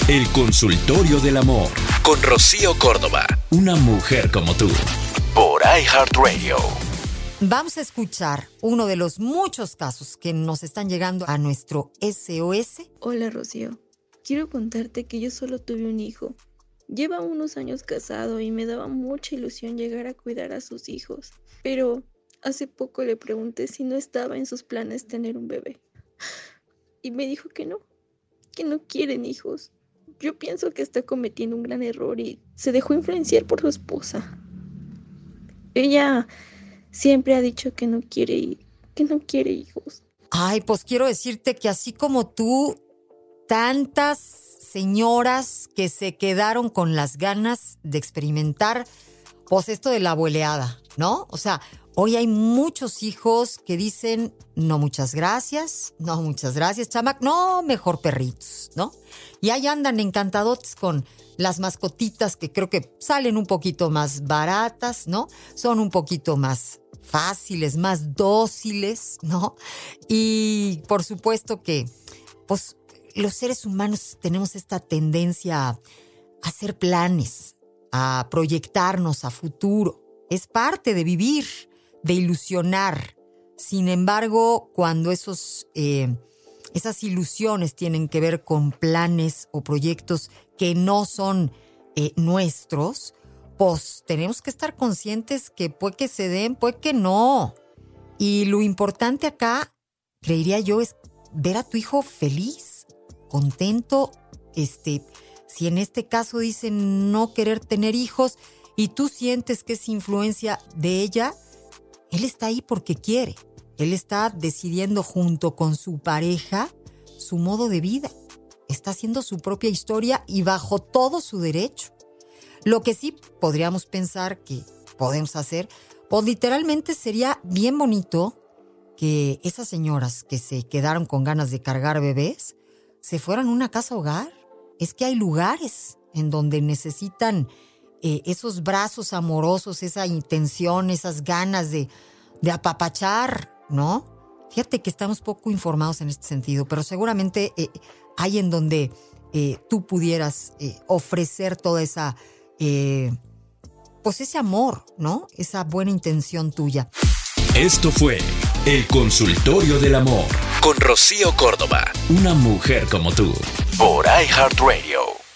El consultorio del amor con Rocío Córdoba. Una mujer como tú. Por iHeartRadio. Vamos a escuchar uno de los muchos casos que nos están llegando a nuestro SOS. Hola Rocío, quiero contarte que yo solo tuve un hijo. Lleva unos años casado y me daba mucha ilusión llegar a cuidar a sus hijos. Pero hace poco le pregunté si no estaba en sus planes tener un bebé. Y me dijo que no quieren hijos. Yo pienso que está cometiendo un gran error y se dejó influenciar por su esposa. Ella siempre ha dicho que no quiere hijos. Ay, pues quiero decirte que así como tú, tantas señoras que se quedaron con las ganas de experimentar, pues esto de la abueleada, ¿no? O sea, hoy hay muchos hijos que dicen, no muchas gracias, chamac, no, mejor perritos, ¿no? Y ahí andan encantadotes con las mascotitas que creo que salen un poquito más baratas, ¿no? Son un poquito más fáciles, más dóciles, ¿no? Y por supuesto que, pues, los seres humanos tenemos esta tendencia a hacer planes, a proyectarnos a futuro. Es parte de vivir, de ilusionar. Sin embargo, cuando esas ilusiones tienen que ver con planes o proyectos que no son nuestros, pues tenemos que estar conscientes que puede que se den, puede que no. Y lo importante acá, creería yo, es ver a tu hijo feliz, contento. Si en este caso dicen no querer tener hijos y tú sientes que es influencia de ella, él está ahí porque quiere. Él está decidiendo junto con su pareja su modo de vida. Está haciendo su propia historia y bajo todo su derecho. Lo que sí podríamos pensar que podemos hacer, pues literalmente sería bien bonito que esas señoras que se quedaron con ganas de cargar bebés se fueran a una casa hogar. Es que hay lugares en donde necesitan esos brazos amorosos, esa intención, esas ganas de apapachar, ¿no? Fíjate que estamos poco informados en este sentido, pero seguramente hay en donde tú pudieras ofrecer toda esa, pues ese amor, ¿no? Esa buena intención tuya. Esto fue El Consultorio del Amor con Rocío Córdoba. Una mujer como tú. Por iHeartRadio.